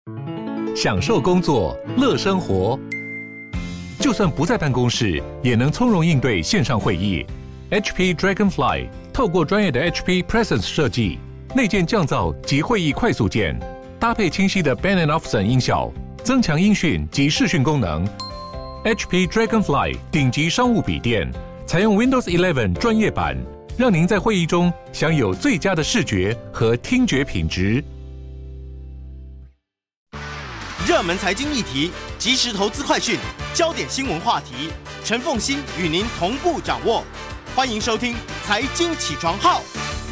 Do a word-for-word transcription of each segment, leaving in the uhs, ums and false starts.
享受工作，乐生活。就算不在办公室，也能从容应对线上会议。H P Dragonfly 透过专业的 H P Presence 设计，内建降噪及会议快速键，搭配清晰的 Bang and Olufsen 音效，增强音讯及视讯功能。H P Dragonfly 顶级商务笔电，采用 Windows 十一专业版，让您在会议中享有最佳的视觉和听觉品质。 热门财经议题、即时投资快讯、焦点新闻话题，陈凤馨与您同步掌握。欢迎收听《财经起床号》。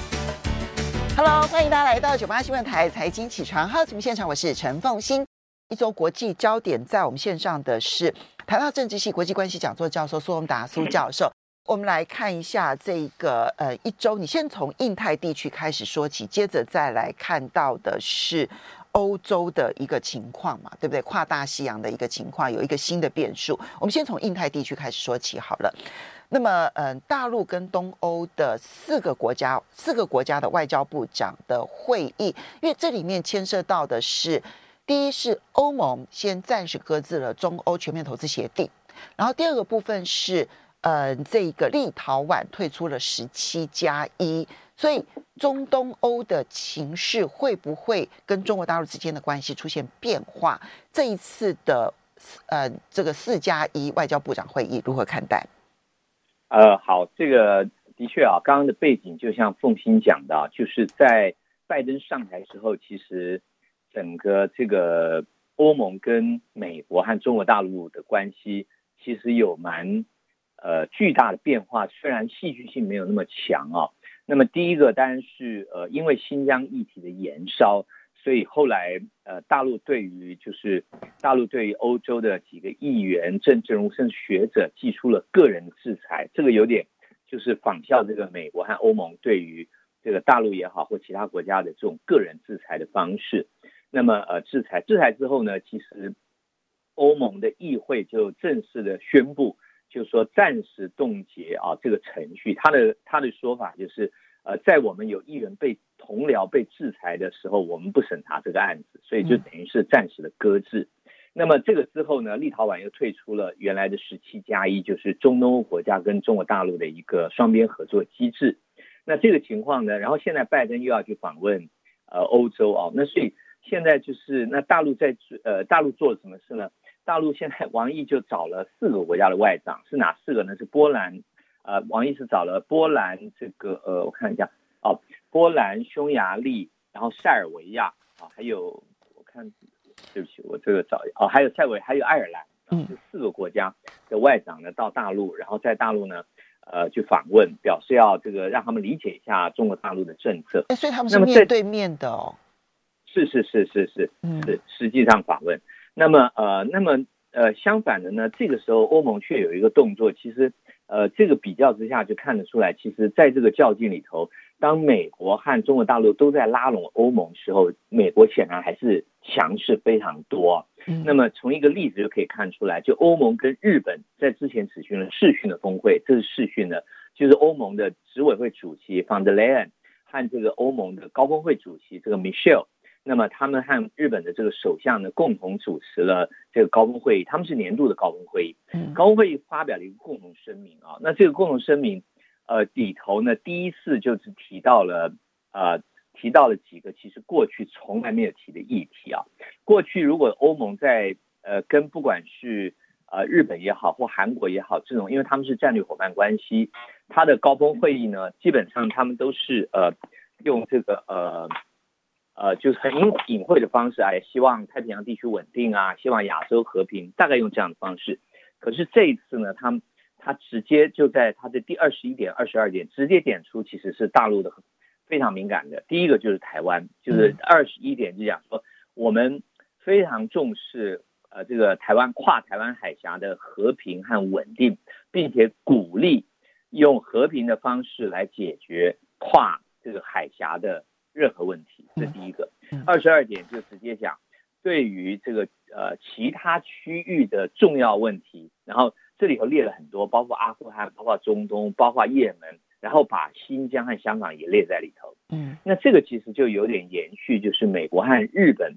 Hello， 欢迎大家来到九八新闻台《财经起床号》节目现场，我是陈凤馨。一周国际焦点，在我们线上的是台大政治系国际关系讲座教授苏宏达苏教授。我们来看一下这个呃一周，你先从印太地区开始说起，接着再来看到的是欧洲的一个情况嘛，对不对？跨大西洋的一个情况有一个新的变数。我们先从印太地区开始说起好了。那么，嗯、呃，大陆跟东欧的四个国家，四个国家的外交部长的会议，因为这里面牵涉到的是，第一是欧盟先暂时搁置了中欧全面投资协定，然后第二个部分是，呃，这个立陶宛退出了十七加一。所以中东欧的情势会不会跟中国大陆之间的关系出现变化？这一次的呃这个四加一外交部长会议如何看待？ 呃，好，这个的确啊，刚刚的背景就像凤馨讲的啊，就是在拜登上台之后，其实整个这个欧盟跟美国和中国大陆的关系其实有蛮呃巨大的变化，虽然戏剧性没有那么强啊。那么第一个当然是呃，因为新疆议题的延烧，所以后来呃，大陆对于就是大陆对于欧洲的几个议员、政治人物甚至学者寄出了个人的制裁，这个有点就是仿效这个美国和欧盟对于这个大陆也好或其他国家的这种个人制裁的方式。那么呃，制裁制裁之后呢，其实欧盟的议会就正式的宣布，就是说暂时冻结啊这个程序。他的他的说法就是，呃，在我们有议员被同僚被制裁的时候，我们不审查这个案子，所以就等于是暂时的搁置。嗯、那么这个之后呢，立陶宛又退出了原来的十七加一，就是中东欧国家跟中国大陆的一个双边合作机制。那这个情况呢，然后现在拜登又要去访问呃欧洲啊，那所以现在就是那大陆在呃大陆做了什么事呢？大陆现在王毅就找了四个国家的外长，是哪四个呢？是波兰，呃，王毅是找了波兰这个呃，我看一下，哦，波兰、匈牙利，然后塞尔维亚啊，还有我看，对不起，我这个找哦，还有塞尔维，还有爱尔兰，啊，这四个国家的外长呢到大陆，然后在大陆呢，呃，去访问，表示要这个让他们理解一下中国大陆的政策。 所以他们是面对面的哦。 是是是是是是，实际上访问。那么呃，那么呃，相反的呢，这个时候欧盟却有一个动作，其实呃，这个比较之下就看得出来，其实在这个较劲里头，当美国和中国大陆都在拉拢欧盟时候，美国显然还是强势非常多。嗯、那么从一个例子就可以看出来，就欧盟跟日本在之前举行了视讯的峰会，这是视讯的，就是欧盟的执委会主席 von der Leyen 和这个欧盟的高峰会主席这个 Michel。那么他们和日本的这个首相呢，共同主持了这个高峰会议，他们是年度的高峰会议。高峰会议发表了一个共同声明啊，那这个共同声明，呃，里头呢，第一次就是提到了呃，提到了几个其实过去从来没有提的议题啊。过去如果欧盟在呃跟不管是呃日本也好或韩国也好这种，因为他们是战略伙伴关系，他的高峰会议呢，基本上他们都是呃用这个呃。呃，就是很隐隐晦的方式啊，也希望太平洋地区稳定啊，希望亚洲和平，大概用这样的方式。可是这一次呢，他他直接就在他的第二十一点、二十二点直接点出，其实是大陆的非常敏感的。第一个就是台湾，就是二十一点就讲说，我们非常重视呃这个台湾跨台湾海峡的和平和稳定，并且鼓励用和平的方式来解决跨这个海峡的任何问题，这是第一个。二十二点就直接讲，对于这个呃其他区域的重要问题，然后这里头列了很多，包括阿富汗，包括中东，包括也门，然后把新疆和香港也列在里头。嗯，那这个其实就有点延续，就是美国和日本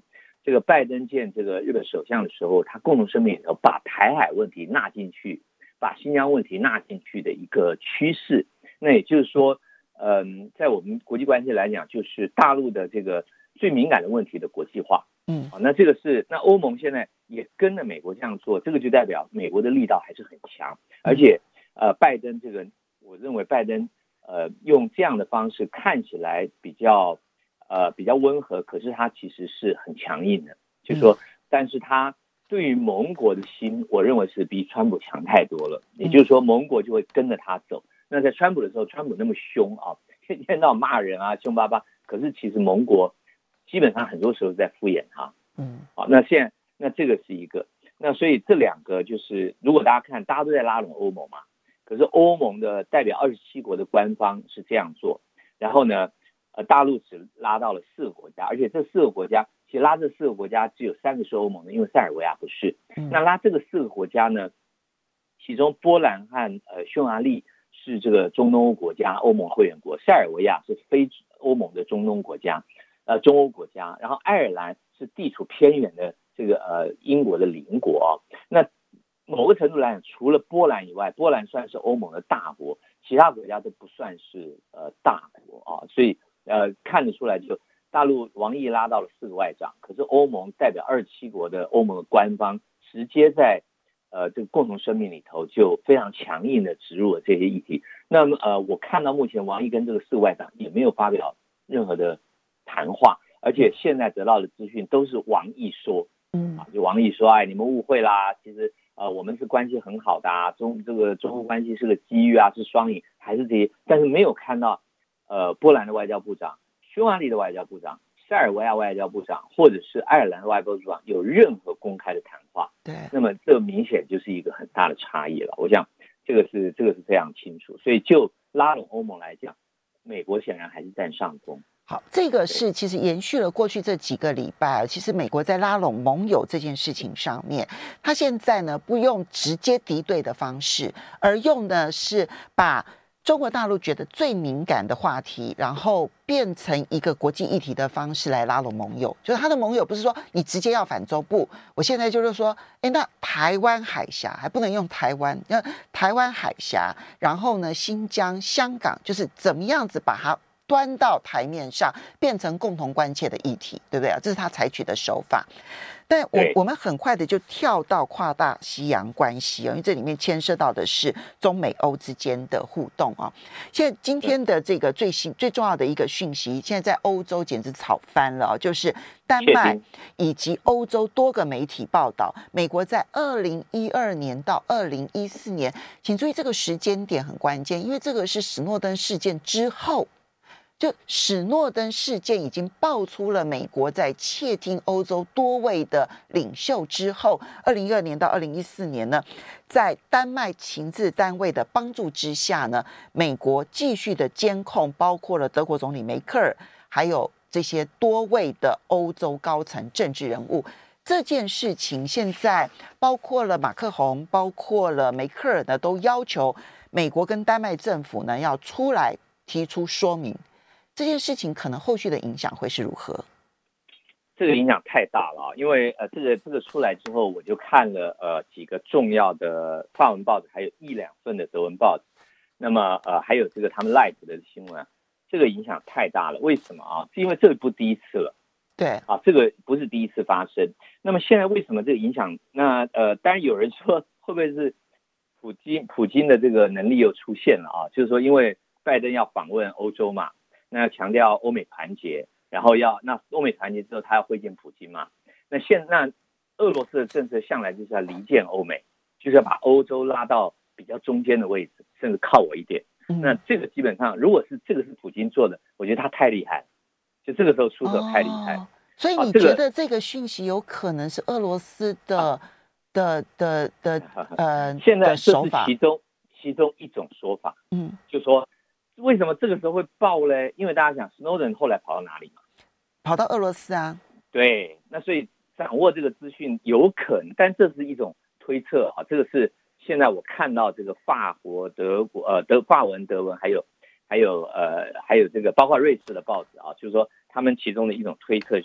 这个拜登见这个日本首相的时候，他共同声明里头把台海问题纳进去，把新疆问题纳进去的一个趋势。那也就是说，嗯，在我们国际关系来讲，就是大陆的这个最敏感的问题的国际化。 嗯， 好，那这个是那欧盟现在也跟着美国这样做，这个就代表美国的力道还是很强，而且呃，拜登这个，我认为拜登呃用这样的方式看起来比较呃比较温和，可是他其实是很强硬的，就是说，但是他对于盟国的心，我认为是比川普强太多了，也就是说，盟国就会跟着他走。那在川普的时候，川普那么凶啊，天天到骂人啊，凶巴巴，可是其实盟国基本上很多时候在敷衍他。 嗯， 好，那现在那这个是一个，那所以这两个就是，如果大家看，大家都在拉拢欧盟嘛，可是欧盟的代表二十七国的官方是这样做，然后呢，呃，大陆只拉到了四个国家，而且这四个国家，其实拉这四个国家只有三个是欧盟的，因为塞尔维亚不是。那拉这个四个国家呢，其中波兰和呃匈牙利是这个中东欧国家，欧盟会员国，塞尔维亚是非欧盟的中东国家。呃，中欧国家，然后爱尔兰是地处偏远的这个呃英国的邻国、哦。那某个程度来讲，除了波兰以外，波兰算是欧盟的大国，其他国家都不算是呃大国啊。所以呃看得出来，就大陆王毅拉到了四个外长，可是欧盟代表二十七国的欧盟的官方直接在呃这个共同声明里头就非常强硬的植入了这些议题。那么呃我看到目前王毅跟这个四个外长也没有发表任何的谈话，而且现在得到的资讯都是王毅说， 嗯， 就王毅说，哎，你们误会啦，其实呃我们是关系很好的啊，中这个中欧关系是个机遇啊，是双赢，还是这些，但是没有看到呃波兰的外交部长、匈牙利的外交部长、塞尔维亚外交部长或者是爱尔兰的外交部长有任何公开的谈话。 对， 那么这明显就是一个很大的差异了。我想这个是这个是非常清楚，所以就拉拢欧盟来讲，美国显然还是占上风。 好，这个是其实延续了过去这几个礼拜，其实美国在拉拢盟友这件事情上面，他现在呢不用直接敌对的方式，而用的是把中国大陆觉得最敏感的话题，然后变成一个国际议题的方式来拉拢盟友。就是他的盟友不是说你直接要反中，不，我现在就是说，哎，那台湾海峡还不能用台湾，那台湾海峡，然后呢，新疆、香港，就是怎么样子把它端到台面上，变成共同关切的议题，对不对啊？这是他采取的手法。但我我们很快的就跳到跨大西洋关系，因为这里面牵涉到的是中美欧之间的互动啊。现在今天的这个最新最重要的一个讯息，现在在欧洲简直吵翻了，就是丹麦以及欧洲多个媒体报道，美国在二零一二年到二零一四年，请注意这个时间点很关键，因为这个是史诺登事件之后。就史诺登事件已经爆出了美国在窃听欧洲多位的领袖之后，二零一二年到二零一四年呢，在丹麦情治单位的帮助之下呢，美国继续的监控，包括了德国总理梅克尔，还有这些多位的欧洲高层政治人物。这件事情现在包括了马克宏，包括了梅克尔呢，都要求美国跟丹麦政府呢要出来提出说明。这件事情可能后续的影响会是如何？ 这个影响太大了啊！因为呃，这个这个出来之后，我就看了呃几个重要的法文报纸，还有一两份的德文报纸。那么呃，还有这个他们 Light 的新闻啊，这个影响太大了。为什么啊？是因为这个不第一次了。 对啊，这个不是第一次发生。那么现在为什么这个影响？那呃，当然有人说会不会是普京普京的这个能力又出现了啊？就是说，因为拜登要访问欧洲嘛。那要强调欧美团结，然后要那欧美团结之后，他要会见普京嘛？那现那俄罗斯的政策向来就是要离间欧美，就是要把欧洲拉到比较中间的位置，甚至靠我一点。嗯、那这个基本上，如果是这个是普京做的，我觉得他太厉害，就这个时候出手太厉害。哦、 所以你觉得这个讯息有可能是俄罗斯的、啊、的的的呃现在这是其中其中一种说法， 嗯， 就说。为什么这个时候会爆嘞？因为大家想 Snowden 后来跑到哪里嘛？ 跑到俄罗斯啊。对， 那所以掌握这个资讯有可能，但这是一种推测啊。这个是现在我看到这个法国、德国、呃德法文、德文，还有还有呃还有这个包括瑞士的报纸啊，就是说他们其中的一种推测，就是说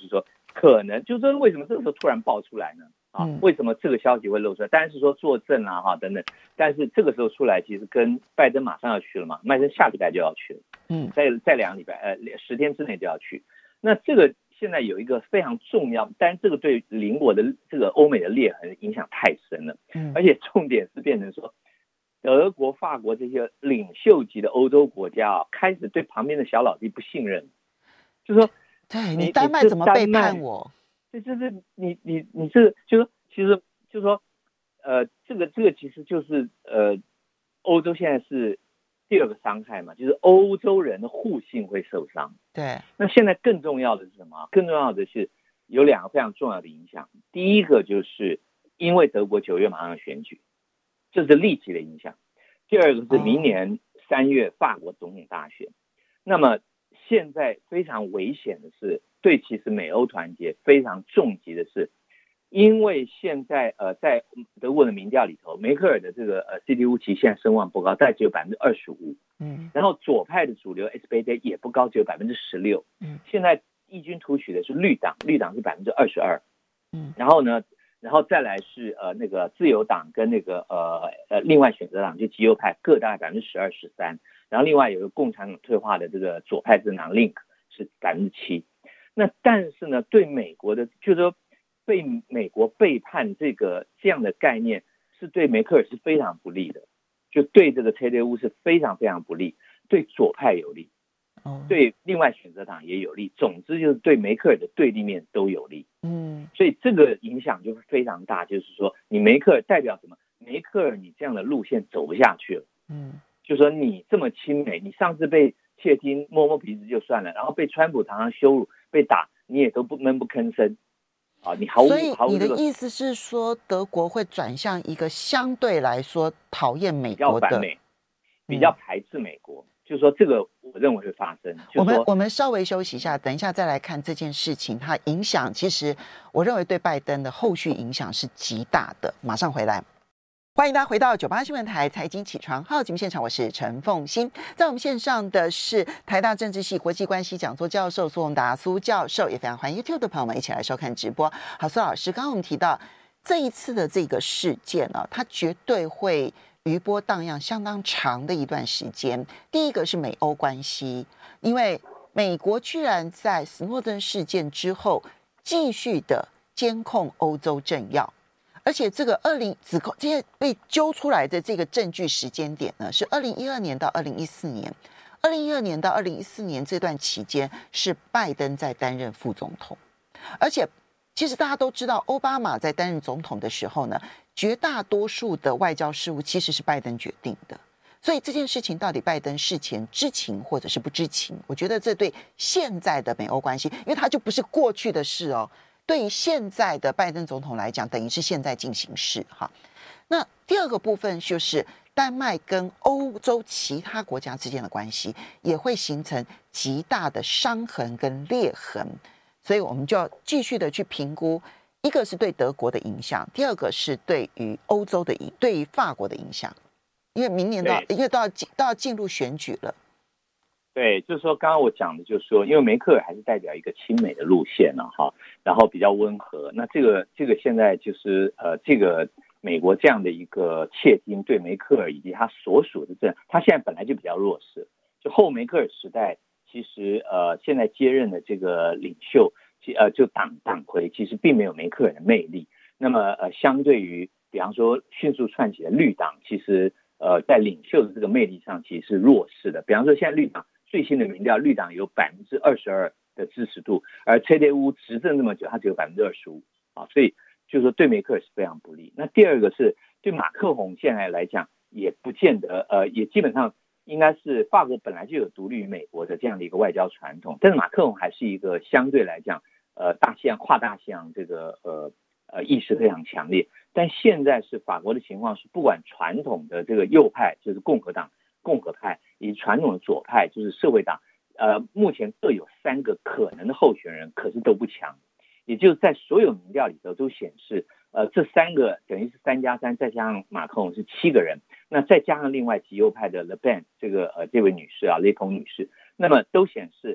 可能就是说为什么这个时候突然爆出来呢？啊， 嗯、 为什么这个消息会露出来？当然是说作证啊，哈等等。但是这个时候出来，其实跟拜登马上要去了嘛，拜登下礼拜就要去了， 嗯， 在在两个礼拜，呃，十天之内就要去。那这个现在有一个非常重要，但是这个对邻国的这个欧美的裂痕影响太深了， 嗯， 而且重点是变成说，德国、法国这些领袖级的欧洲国家啊，开始对旁边的小老弟不信任，就说， 对你丹麦怎么背叛我？ 这就是你你你这个就是其实就是说，呃，这个这个其实就是呃，欧洲现在是第二个伤害嘛，就是欧洲人的互信会受伤。 对， 那现在更重要的是什么？更重要的是有两个非常重要的影响。第一个就是因为德国九月马上要选举，这是立即的影响。第二个是明年三月法国总统大选。哦、那么现在非常危险的是，对其实美欧团结非常重击的是，因为现在呃在德国的民调里头，梅克尔的这个呃 C D U 其实现在声望不高，大概只有百分之二十五。嗯，然后左派的主流 S P D 也不高，只有百分之十六。嗯，现在异军突起的是绿党，绿党是百分之二十二。嗯，然后呢，然后再来是呃那个自由党跟那个呃呃另外选择党就极右派各大概百分之十二十三，然后另外有一个共产党退化的这个左派政党 Link 是百分之七。那但是呢，对美国的就是说被美国背叛这个这样的概念是对梅克尔是非常不利的，就对这个 C D U 是非常非常不利，对左派有利，对另外选择党也有利，总之就是对梅克尔的对立面都有利。嗯，所以这个影响就非常大，就是说你梅克尔代表什么？梅克尔你这样的路线走不下去了。嗯，就说你这么亲美，你上次被窃听摸摸鼻子就算了，然后被川普常常羞辱被打，你也都不闷不吭声。啊，你毫无， 所以你的意思是说，德国会转向一个相对来说讨厌美国的， 比较反美，比较排斥美国，嗯、就是说这个我认为会发生。 我们我们稍微休息一下，等一下再来看这件事情，它影响其实我认为对拜登的后续影响是极大的。马上回来。欢迎大家回到九八新闻台财经起床号节目现场，我是陈凤馨。在我们线上的是台大政治系国际关系讲座教授苏宏达苏教授，也非常欢迎 YouTube 的朋友们一起来收看直播。好，苏老师，刚刚我们提到这一次的这个事件呢、啊，它绝对会余波荡漾相当长的一段时间。第一个是美欧关系，因为美国居然在斯诺登事件之后继续的监控欧洲政要。而且这个二零指控这些被揪出来的这个证据时间点呢，是二零一二年到二零一四年，二零一二年到二零一四年这段期间是拜登在担任副总统，而且其实大家都知道，奥巴马在担任总统的时候呢，绝大多数的外交事务其实是拜登决定的，所以这件事情到底拜登事前知情或者是不知情，我觉得这对现在的美欧关系，因为它就不是过去的事哦。对于现在的拜登总统来讲，等于是现在进行式哈。那第二个部分就是丹麦跟欧洲其他国家之间的关系也会形成极大的伤痕跟裂痕，所以我们就要继续的去评估，一个是对德国的影响，第二个是对于欧洲的影，对于法国的影响，因为明年都要，因为都要都要进入选举了。 对，就是说刚刚我讲的就是说，因为梅克尔还是代表一个亲美的路线了、啊、哈，然后比较温和。那这个这个现在就是呃，这个美国这样的一个窃听对梅克尔以及他所属的这，他现在本来就比较弱势。就后梅克尔时代，其实呃现在接任的这个领袖，呃就党党魁，其实并没有梅克尔的魅力。那么呃，相对于比方说迅速窜起的绿党，其实呃在领袖的这个魅力上其实是弱势的。比方说现在绿党。最新的民调，绿党有百分之二十二的支持度，而 C D U 执政这么久，它只有百分之二十五啊，所以就是说对梅克尔是非常不利。那第二个是对马克宏现在来讲，也不见得呃，也基本上应该是法国本来就有独立于美国的这样的一个外交传统，但是马克宏还是一个相对来讲呃大西洋跨大西洋这个呃呃意识非常强烈。但现在是法国的情况是，不管传统的这个右派就是共和党。共和派以及传统的左派就是社会党，呃，目前各有三个可能的候选人，可是都不强，也就是在所有民调里头都显示，呃，这三个等于是三加三，再加上马克宏是七个人，那再加上另外极右派的 Le Pen 这个呃这位女士啊，雷朋女士，那么都显示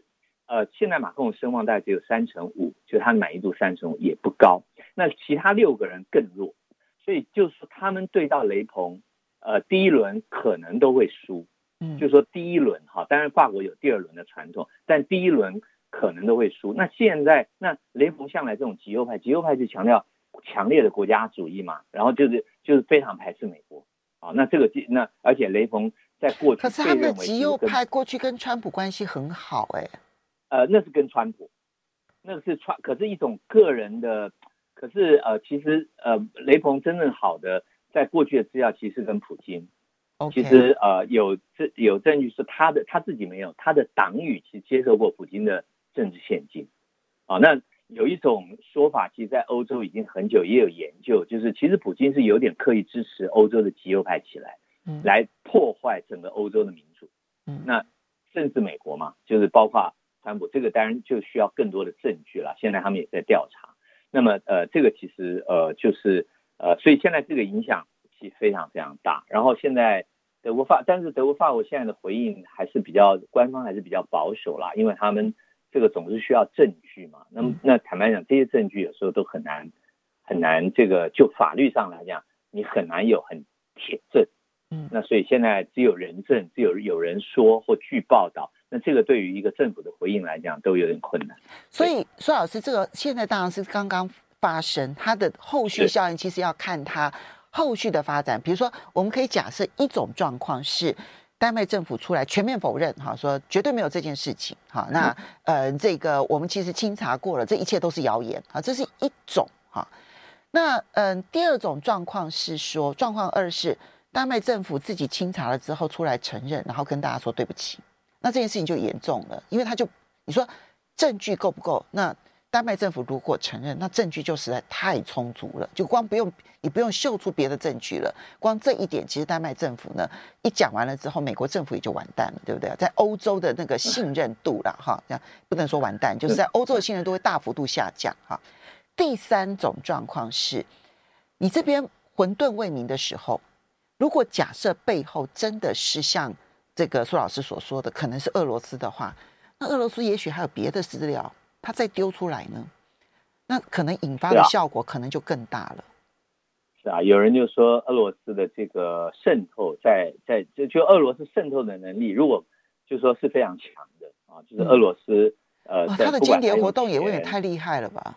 呃，现在马克龙声望大概只有三成五，就是他的满意度三成五也不高。那其他六个人更弱，所以就是说他们对到雷朋，呃，第一轮可能都会输。嗯，就是说第一轮哈，当然法国有第二轮的传统，但第一轮可能都会输。那现在那雷朋向来这种极右派，极右派就强调强烈的国家主义嘛，然后就是就是非常排斥美国。啊，那这个那而且雷朋在过去可是他们的极右派过去跟川普关系很好哎、欸， 呃，那是跟川普，那是川，可是一种个人的，可是呃，其实呃，雷朋真正好的在过去的资料其实跟普京， okay. 其实呃有这有证据是他的他自己没有，他的党羽其实接受过普京的政治献金，啊，那有一种说法，其实在欧洲已经很久也有研究，就是其实普京是有点刻意支持欧洲的极右派起来，嗯，来破坏整个欧洲的民主，嗯，那甚至美国嘛，就是包括川普，这个当然就需要更多的证据了。现在他们也在调查。那么呃，这个其实呃就是呃，所以现在这个影响其实非常非常大。然后现在德国法，但是德国法国现在的回应还是比较官方还是比较保守啦，因为他们这个总是需要证据嘛。那么那坦白讲，这些证据有时候都很难很难，这个就法律上来讲，你很难有很铁证。嗯，那所以现在只有人证，只有有人说或据报道。那这个对于一个政府的回应来讲都有点困难， 所以苏老师，这个现在当然是刚刚发生，它的后续效应其实要看它后续的发展。比如说，我们可以假设一种状况是丹麦政府出来全面否认，哈，说绝对没有这件事情，哈，那呃，这个我们其实清查过了，这一切都是谣言，啊，这是一种哈。那嗯、呃，第二种状况是说，状况二是丹麦政府自己清查了之后出来承认，然后跟大家说对不起。那这件事情就严重了，因为他就你说证据够不够？那丹麦政府如果承认，那证据就实在太充足了，就光不用你不用秀出别的证据了，光这一点，其实丹麦政府呢一讲完了之后，美国政府也就完蛋了，对不对？在欧洲的那个信任度啦，哈，这样不能说完蛋，就是在欧洲的信任度会大幅度下降哈。第三种状况是，你这边混沌未明的时候，如果假设背后真的是像这个苏老师所说的可能是俄罗斯的话，那俄罗斯也许还有别的资料他再丢出来呢，那可能引发的效果可能就更大了。 是啊，有人就说俄罗斯的这个渗透在在就就俄罗斯渗透的能力如果就说是非常强的啊，就是俄罗斯、嗯、呃、哦、 他的间谍活动也未免太厉害了吧。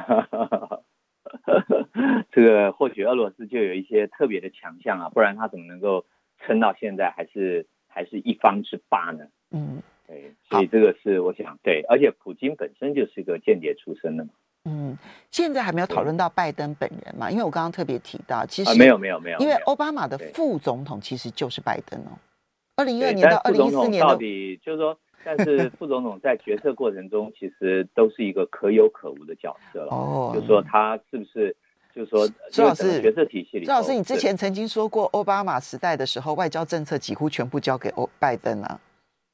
这个或许俄罗斯就有一些特别的强项啊，不然他怎么能够撑到现在还是还是一方之霸呢？嗯，对，所以这个是我想对，而且普京本身就是一个间谍出身的嘛。 嗯，现在还没有讨论到拜登本人嘛？因为我刚刚特别提到，其实、 啊、没有没有没有， 因为奥巴马的副总统其实就是拜登哦。二零一二年到二零一四年到底就是说，但是副总统在决策过程中其实都是一个可有可无的角色了。哦，就是说他是不是？就是说， 周老师， 决策体系里， 周老师，你之前曾经说过，奥巴马时代的时候，外交政策几乎全部交给欧拜登啊。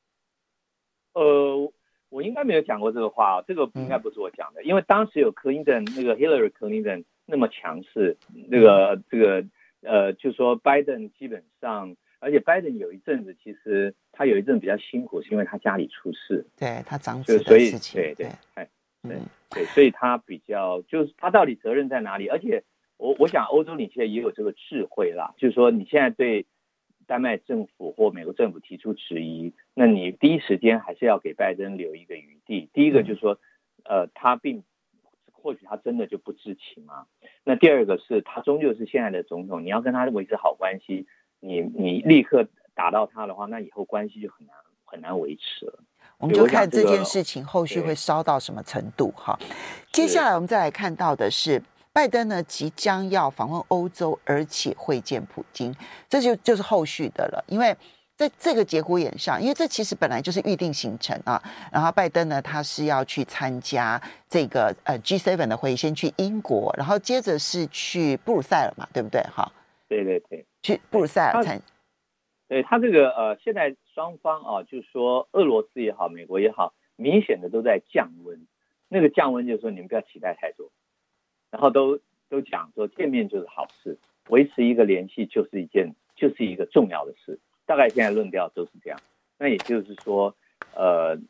呃，我应该没有讲过这个话，这个应该不是我讲的，嗯、因为当时有克林顿那个 Hillary Clinton 那么强势，那个这个呃，就说拜登基本上，而且拜登有一阵子其实他有一阵比较辛苦，是因为他家里出事， 对他长子的事情， 对对对。对对，所以他比较就是他到底责任在哪里？而且我我想欧洲领袖也有这个智慧啦，就是说你现在对丹麦政府或美国政府提出质疑，那你第一时间还是要给拜登留一个余地。第一个就是说，呃，他并或许他真的就不知情嘛。那第二个是他终究是现在的总统，你要跟他维持好关系，你你立刻打到他的话，那以后关系就很难很难维持了。 我们就看这件事情后续会烧到什么程度哈。接下来我们再来看到的是，拜登呢即将要访问欧洲，而且会见普京，这就就是后续的了。因为在这个节骨眼上，因为这其实本来就是预定行程啊。然后拜登呢，他是要去参加这个呃 G 七 的会议，先去英国，然后接着是去布鲁塞尔嘛，对不对？哈， 对对对， 去布鲁塞尔参。 对他这个呃，现在双方啊，就是说俄罗斯也好，美国也好，明显的都在降温。那个降温就是说，你们不要期待太多，然后都都讲说见面就是好事，维持一个联系就是一件就是一个重要的事。大概现在论调都是这样。那也就是说，呃，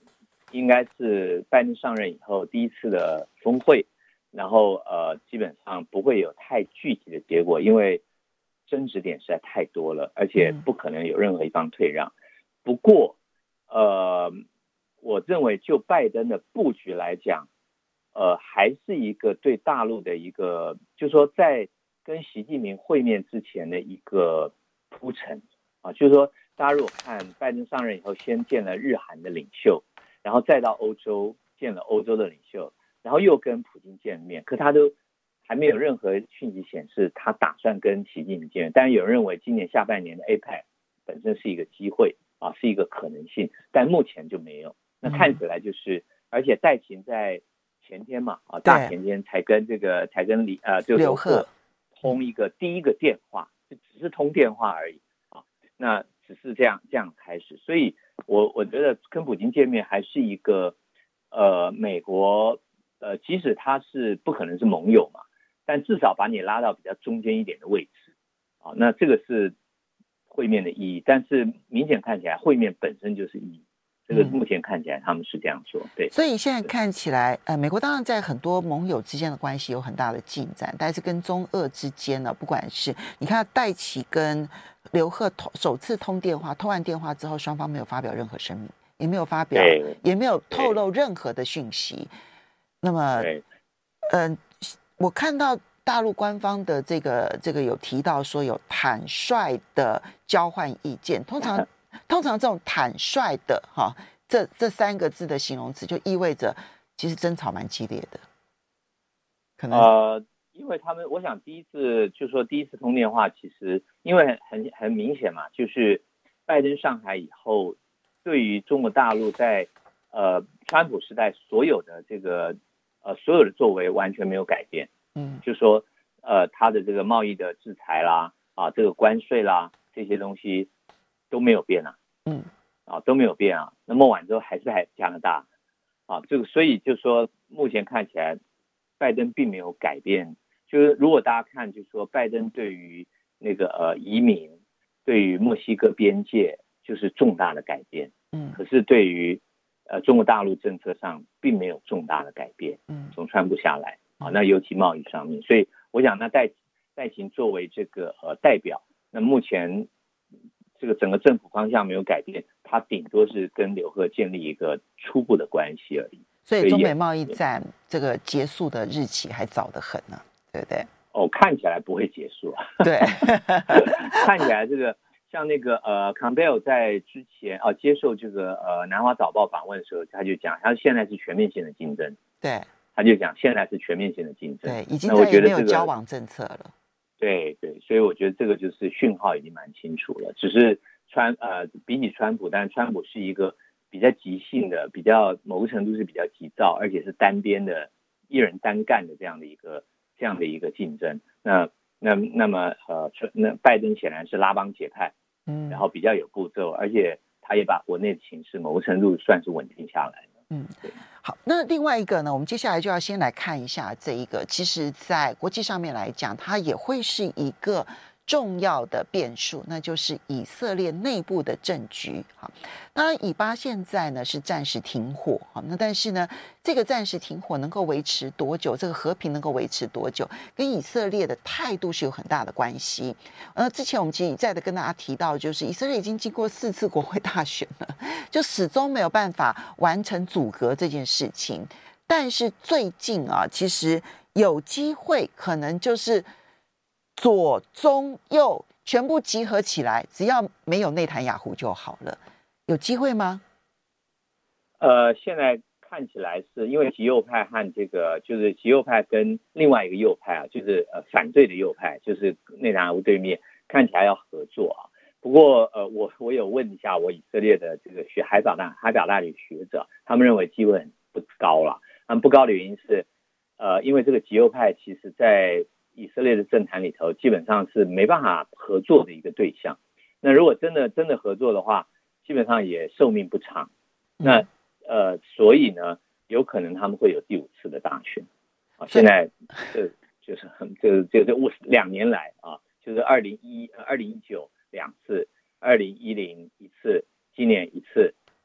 应该是拜登上任以后第一次的峰会，然后呃基本上不会有太具体的结果，因为争执点实在太多了，而且不可能有任何一方退让。不过呃我认为就拜登的布局来讲，呃还是一个对大陆的一个，就是说在跟习近平会面之前的一个铺陈啊，就是说大家如果看拜登上任以后，先见了日韩的领袖，然后再到欧洲见了欧洲的领袖，然后又跟普京见面，可他都还没有任何讯息显示他打算跟习近平见面。当然有人认为今年下半年的 A P E C 本身是一个机会啊，是一个可能性，但目前就没有。那看起来就是，而且戴勤在前天嘛啊，大前天才跟这个才跟李呃就刘鹤通一个第一个电话，就只是通电话而已啊，那只是这样这样开始，所以我我觉得跟普京见面还是一个呃美国呃即使他是不可能是盟友嘛，但至少把你拉到比较中间一点的位置啊，那这个是会面的意义，但是明显看起来会面本身就是意义。这个目前看起来他们是这样说，对。 所以现在看起来，呃，美国当然在很多盟友之间的关系有很大的进展，但是跟中俄之间呢，不管是你看戴琪跟刘鹤首次通电话，通完电话之后，双方没有发表任何声明，也没有发表，也没有透露任何的讯息。那么，嗯、呃，我看到大陆官方的这个这个有提到说有坦率的交换意见，通常。通常这种坦率的哈，这这三个字的形容词，就意味着其实争吵蛮激烈的。可能呃，因为他们，我想第一次就说第一次通电话，其实因为很很明显嘛，就是拜登上台以后，对于中国大陆在呃川普时代所有的这个呃所有的作为完全没有改变。嗯，就说呃他的这个贸易的制裁啦，啊这个关税啦这些东西。都没有变啊，嗯，啊都没有变啊。那么晚之后还是在加拿大，啊，这个所以就说目前看起来，拜登并没有改变。就是如果大家看，就是说拜登对于那个呃移民，对于墨西哥边界就是重大的改变，嗯，可是对于呃中国大陆政策上并没有重大的改变，嗯，从川普下来啊，那尤其贸易上面，所以我想那戴戴勤作为这个呃代表，那目前。这个整个政府方向没有改变，他顶多是跟刘鹤建立一个初步的关系而已。 所以中美贸易战这个结束的日期还早得很呢，对不对？ 哦，看起来不会结束啊。 对， 看起来这个像那个呃 Campbell 在之前啊接受这个呃南华早报访问的时候，他就讲，他现在是全面性的竞争。 对， 他就讲现在是全面性的竞争。 对，已经再也没有交往政策了。 对对，所以我觉得这个就是讯号已经蛮清楚了。只是川呃，比起川普，但是川普是一个比较急性的，比较某个程度是比较急躁，而且是单边的，一人单干的这样的一个这样的一个竞争。那那那么呃，那拜登显然是拉帮结派，嗯，然后比较有步骤，而且他也把国内的情势某个程度算是稳定下来了。 嗯，好，那另外一个呢，我们接下来就要先来看一下这一个，其实在国际上面来讲，它也会是一个重要的变数，那就是以色列内部的政局。好，当然以巴现在呢是暂时停火，好，那但是呢，这个暂时停火能够维持多久，这个和平能够维持多久，跟以色列的态度是有很大的关系。呃，之前我们其实一再的跟大家提到，就是以色列已经经过四次国会大选了，就始终没有办法完成阻隔这件事情。但是最近啊，其实有机会，可能就是左中右全部集合起来，只要没有内塔尼亚胡就好了，有机会吗？ 呃，现在看起来是因为极右派和这个就是极右派跟另外一个右派啊，就是呃反对的右派，就是内塔尼亚胡对面，看起来要合作啊。不过呃，我我有问一下我以色列的这个学海表大海表大学学者，他们认为机会很不高了。他们不高的原因是，呃，因为这个极右派其实在以色列的政坛里头基本上是没办法合作的一个对象。那如果真的真的合作的话，基本上也寿命不长。那呃，所以呢，有可能他们会有第五次的大选啊。现在这就是很这这这五两年来啊，就是二零一二零一九两次，二零一零一次，今年一次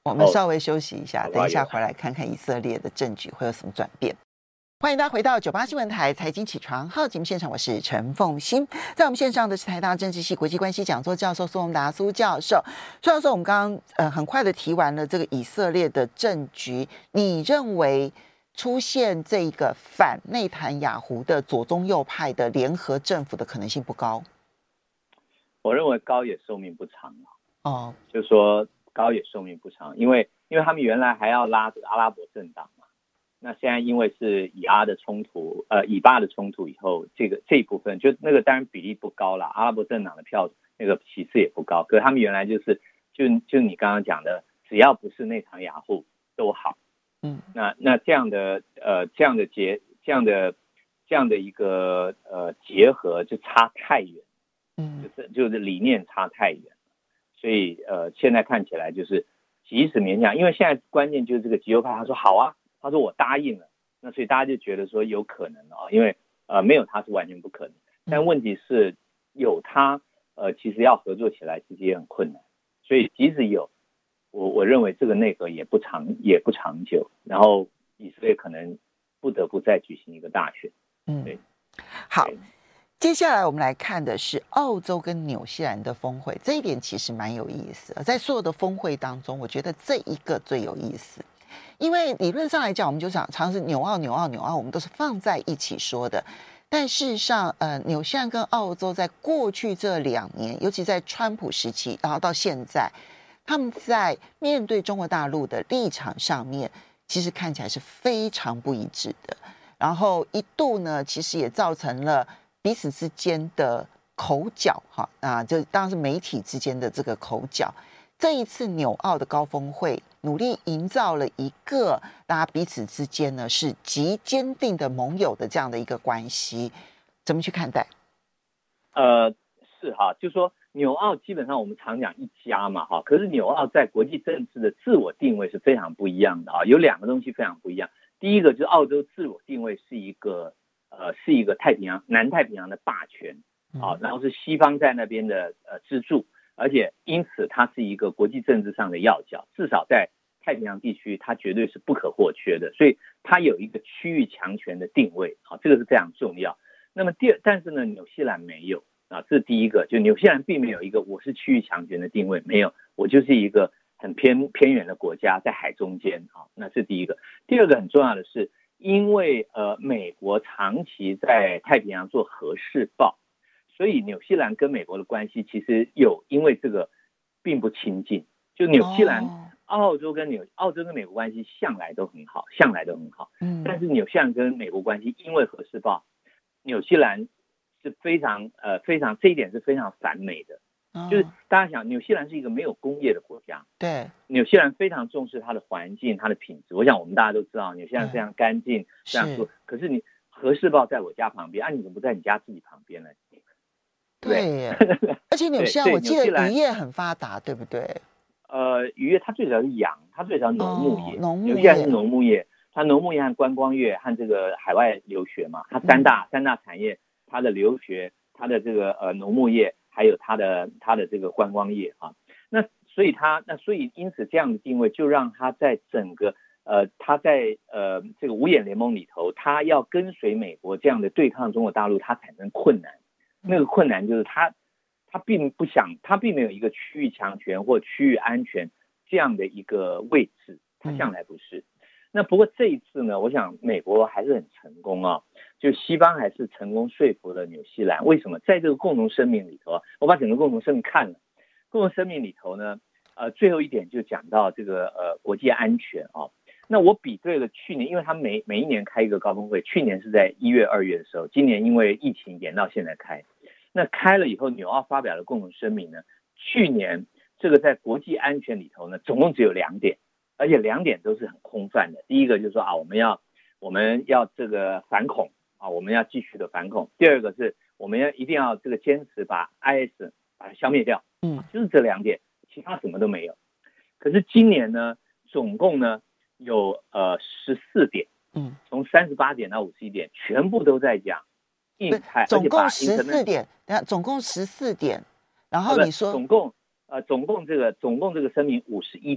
我们稍微休息一下，等一下回来看看以色列的政局会有什么转变。欢迎大家回到九八新闻台财经起床号节目现场，我是陈凤馨。在我们线上的是台大政治系国际关系讲座教授苏宏达苏教授。苏教授，我们刚刚呃很快的提完了这个以色列的政局，你认为出现这个反内塔尼亚胡的左中右派的联合政府的可能性不高？ 我认为高也寿命不长哦， 就是说高也寿命不长，因为因为他们原来还要拉这个阿拉伯政党嘛，那现在因为是以阿的冲突，呃，以巴的冲突以后，这个这一部分就那个当然比例不高啦，阿拉伯政党的票那个席次也不高，可是他们原来就是就就你刚刚讲的，只要不是内塔尼亚胡都好， 嗯， 那那这样的呃这样的结这样的这样的一个呃结合就差太远。 嗯， 就是就是理念差太远，所以呃，现在看起来就是即使勉强，因为现在关键就是这个极右派他说好啊，他说我答应了，那所以大家就觉得说有可能啊，因为呃没有他是完全不可能，但问题是有他呃其实要合作起来其实也很困难，所以即使有，我我认为这个内阁也不长也不长久，然后以色列可能不得不再举行一个大选。 嗯， 对， 好。接下来我们来看的是澳洲跟纽西兰的峰会，这一点其实蛮有意思的。在所有的峰会当中，我觉得这一个最有意思，因为理论上来讲，我们就想常是纽澳、纽澳、纽澳，我们都是放在一起说的。但事实上，呃，纽西兰跟澳洲在过去这两年，尤其在川普时期，然后到现在，他们在面对中国大陆的立场上面，其实看起来是非常不一致的。然后一度呢，其实也造成了彼此之间的口角，哈啊，就当然是媒体之间的这个口角。这一次纽澳的高峰会，努力营造了一个大家彼此之间呢是极坚定的盟友的这样的一个关系，怎么去看待？ 呃，是哈，就说纽澳基本上我们常讲一家嘛，哈，可是纽澳在国际政治的自我定位是非常不一样的啊，有两个东西非常不一样。第一个就是澳洲自我定位是一个。呃，是一个太平洋、南太平洋的霸权，啊，然后是西方在那边的呃支柱，而且因此它是一个国际政治上的要角，至少在太平洋地区，它绝对是不可或缺的，所以它有一个区域强权的定位，啊，这个是非常重要。那么第二，但是呢，纽西兰没有啊，这是第一个，就纽西兰并没有一个我是区域强权的定位，没有，我就是一个很偏偏远的国家，在海中间，啊，那是第一个。第二个很重要的是。因为呃，美国长期在太平洋做核试爆，所以纽西兰跟美国的关系其实有因为这个并不亲近。就纽西兰、哦、澳洲跟纽澳洲跟美国关系向来都很好，向来都很好。嗯，但是纽西兰跟美国关系因为核试爆，纽西兰是非常呃非常这一点是非常反美的。就是大家想，纽西兰是一个没有工业的国家， 对， 纽西兰非常重视它的环境、它的品质。我想我们大家都知道，纽西兰非常干净，这样说。可是你核试爆在我家旁边，啊，你怎么不在你家自己旁边呢？ 对耶，而且纽西兰我记得渔业很发达，对不对？ 呃，渔业它最早是养，它最早农牧业， 农牧业， 纽西兰是农牧业，它农牧业和观光业和这个海外留学嘛，它三大、嗯、三大产业，它的留学，它的这个呃农牧业。还有它的它的这个观光业啊，那所以它那所以因此这样的定位就让它在整个呃它在呃这个五眼联盟里头，它要跟随美国这样的对抗中国大陆，它产生困难。那个困难就是它它并不想，它并没有一个区域强权或区域安全这样的一个位置，它向来不是。那不过这一次呢，我想美国还是很成功啊，就西方还是成功说服了纽西兰。为什么？在这个共同声明里头啊，我把整个共同声明看了，共同声明里头呢，呃，最后一点就讲到这个呃国际安全啊。那我比对了去年，因为他每每一年开一个高峰会，去年是在一月、二月的时候，今年因为疫情延到现在开。那开了以后，纽澳发表了共同声明呢，去年这个在国际安全里头呢，总共只有两点。而且两点都是很空泛的。第一个就是说啊，我们要我们要这个反恐啊，我们要继续的反恐。第二个是我们要一定要这个坚持把 I S 把它消灭掉，嗯，就是这两点，其他什么都没有。可是今年呢，总共呢有呃十四点，嗯，从三十八点到五十一点，全部都在讲印太， 总共十四点，等下总共十四点，然后你说总共呃总共这个总共这个声明五十一点。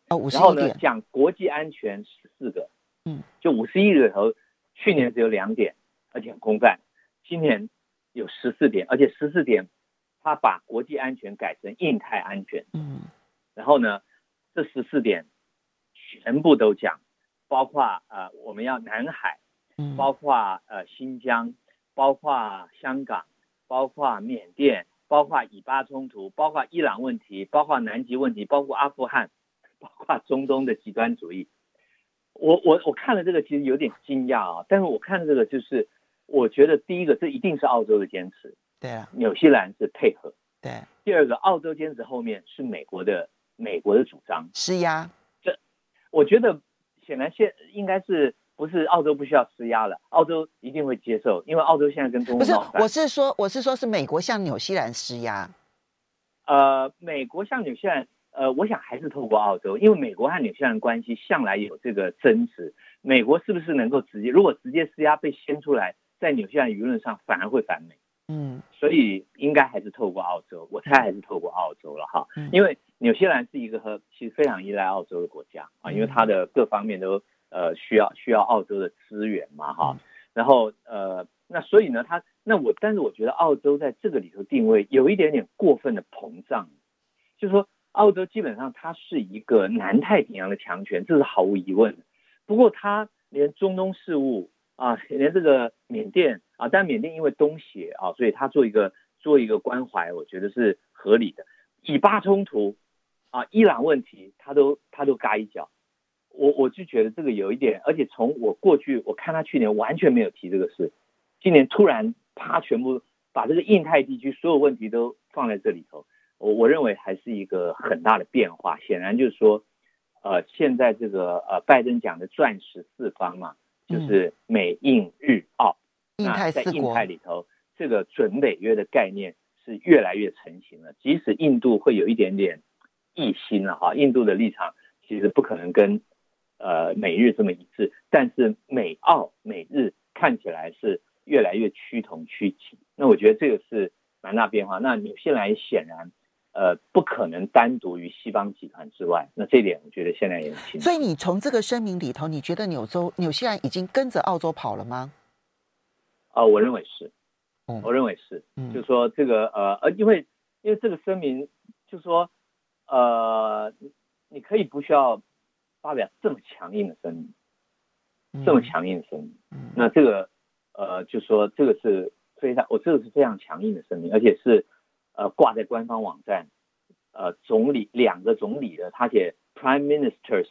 哦，五十然后呢一点， 讲国际安全十四个， 嗯， 就五十一里头，去年只有两点，而且很空泛，今年有十四点，而且十四点，他把国际安全改成印太安全， 嗯， 然后呢，这十四点全部都讲，包括呃我们要南海， 嗯， 包括呃新疆，包括香港，包括缅甸，包括以巴冲突，包括伊朗问题，包括南极问题，包括阿富汗，包括中东的极端主义。我我我看了这个其实有点惊讶啊，但是我看这个就是我觉得第一个这一定是澳洲的坚持， 对啊， 纽西兰是配合， 对， 第二个澳洲坚持后面是美国的美国的主张施压， 我觉得显然现应该是不是澳洲不需要施压了，澳洲一定会接受，因为澳洲现在跟中不是， 国闹翻。 我是说，我是说是美国向纽西兰施压。 呃，美国向纽西兰，呃，我想还是透过澳洲，因为美国和纽西兰关系向来有这个争执。美国是不是能够直接，如果直接施压被掀出来，在纽西兰舆论上反而会反美。 嗯， 所以应该还是透过澳洲，我猜还是透过澳洲了哈， 嗯、 因为纽西兰是一个和其实非常依赖澳洲的国家啊，因为它的各方面都呃需要需要澳洲的资源嘛哈，然后呃那所以呢，它那我但是我觉得澳洲在这个里头定位有一点点过分的膨胀，就是说澳洲基本上它是一个南太平洋的强权，这是毫无疑问的，不过它连中东事务啊，连这个缅甸啊，但缅甸因为东协啊，所以他做一个做一个关怀，我觉得是合理的。以巴冲突啊，伊朗问题，他都他都嘎一脚，我我就觉得这个有一点，而且从我过去我看他去年完全没有提这个事，今年突然啪全部把这个印太地区所有问题都放在这里头，我我认为还是一个很大的变化。显然就是说，呃，现在这个呃拜登讲的钻石四方嘛。就是美印日澳， 印太四国， 那在印太里头，这个准北约的概念是越来越成型了。即使印度会有一点点异心了哈，印度的立场其实不可能跟呃美日这么一致，但是美澳美日看起来是越来越趋同趋近。那我觉得这个是蛮大变化。那纽西兰显然。呃，不可能单独于西方集团之外，那这一点我觉得现在也很清楚。 所以你从这个声明里头，你觉得纽洲、纽西兰已经跟着澳洲跑了吗？ 啊、呃，我认为是， 嗯、 我认为是， 嗯、 就是说这个呃呃，因为因为这个声明，就是说呃，你可以不需要发表这么强硬的声明， 嗯、 这么强硬的声明， 嗯、 那这个呃，就说这个是非常，我这个是非常强硬的声明，而且是。呃，挂在官方网站，呃，总理两个总理的，他写 Prime Minister's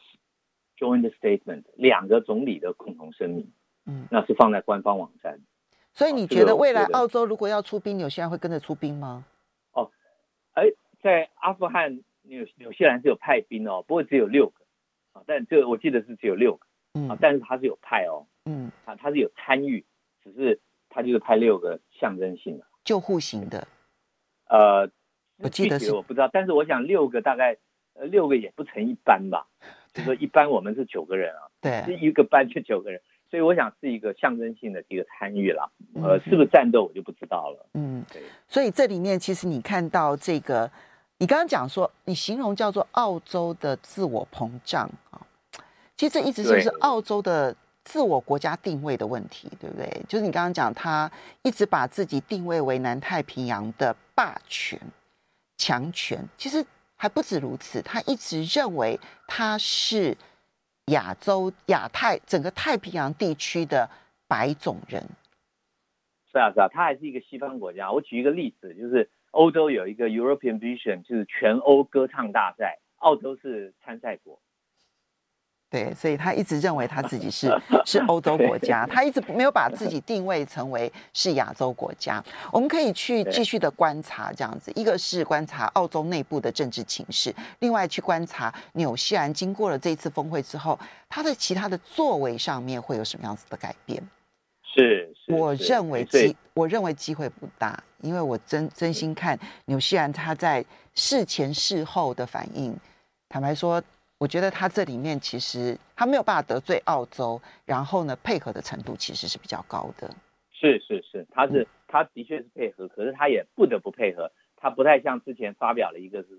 Joint Statement， 两个总理的共同声明，嗯，那是放在官方网站。 所以你觉得未来澳洲如果要出兵，纽西兰会跟着出兵吗？ 哦，哎，在阿富汗纽纽西兰是有派兵哦，不过只有六个啊，但这我记得是只有六个，嗯，啊，但是他是有派哦，嗯，他他是有参与，只是他就是派六个象征性的救护型的。 呃， 我记得是我不知道，但是我想六个大概呃六个也不成一班吧，就是说一般我们是九个人啊， 对， 一个班就九个人，所以我想是一个象征性的一个参与啦，呃，是不是战斗我就不知道了。 嗯，对，所以这里面其实你看到这个，你刚刚讲说你形容叫做澳洲的自我膨胀啊，其实这一直就是澳洲的。自我国家定位的问题，对不对？就是你刚刚讲，他一直把自己定位为南太平洋的霸权、强权。其实还不止如此，他一直认为他是亚洲、亚太整个太平洋地区的白种人。 是啊，是啊，他还是一个西方国家。我举一个例子，就是欧洲有一个 European Vision， 就是全欧歌唱大赛，澳洲是参赛国。 对，所以他一直认为他自己是是欧洲国家，他一直没有把自己定位成为是亚洲国家。我们可以去继续的观察这样子，一个是观察澳洲内部的政治情势，另外去观察纽西兰经过了这一次峰会之后，他的其他的作为上面会有什么样子的改变。 是，是我认为机我认为机会不大，因为我真真心看纽西兰他在事前事后的反应，坦白说。我觉得他这里面其实他没有办法得罪澳洲，然后呢配合的程度其实是比较高的。 是是是，他是、嗯、他的确是配合，可是他也不得不配合。他不太像之前发表了一个是说，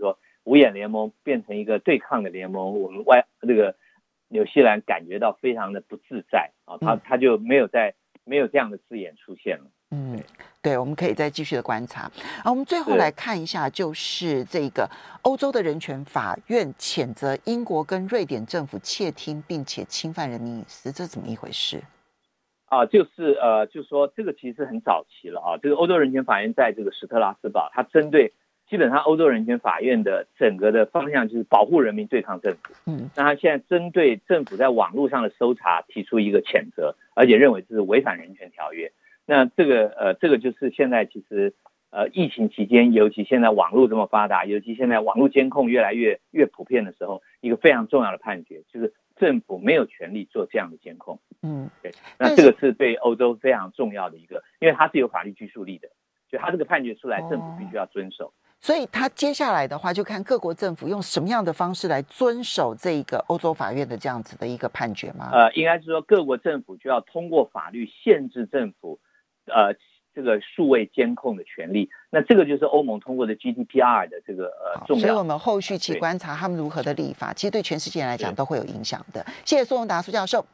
五眼联盟变成一个对抗的联盟，我们外这个纽西兰感觉到非常的不自在啊，他他就没有在没有这样的字眼出现了。 嗯，对，我们可以再继续的观察。啊，我们最后来看一下，就是这个欧洲的人权法院谴责英国跟瑞典政府窃听并且侵犯人民隐私，这是怎么一回事？ 啊，就是呃，就是说这个其实很早期了啊。这个欧洲人权法院在这个史特拉斯堡，它针对基本上欧洲人权法院的整个的方向就是保护人民对抗政府。嗯，那他现在针对政府在网络上的搜查提出一个谴责，而且认为这是违反人权条约。那这个呃，这个就是现在其实呃疫情期间，尤其现在网络这么发达，尤其现在网络监控越来越越普遍的时候，一个非常重要的判决就是政府没有权利做这样的监控。嗯，对。那这个是对欧洲非常重要的一个，因为它是有法律拘束力的，所以它这个判决出来，政府必须要遵守。哦， 所以他接下来的话，就看各国政府用什么样的方式来遵守这个欧洲法院的这样子的一个判决吗？ 呃，应该是说各国政府就要通过法律限制政府。呃，这个数位监控的权利，那这个就是欧盟通过的 G D P R 的这个呃重要。 所以我们后续去观察他们如何的立法，其实对全世界来讲都会有影响的。谢谢苏宏达苏教授。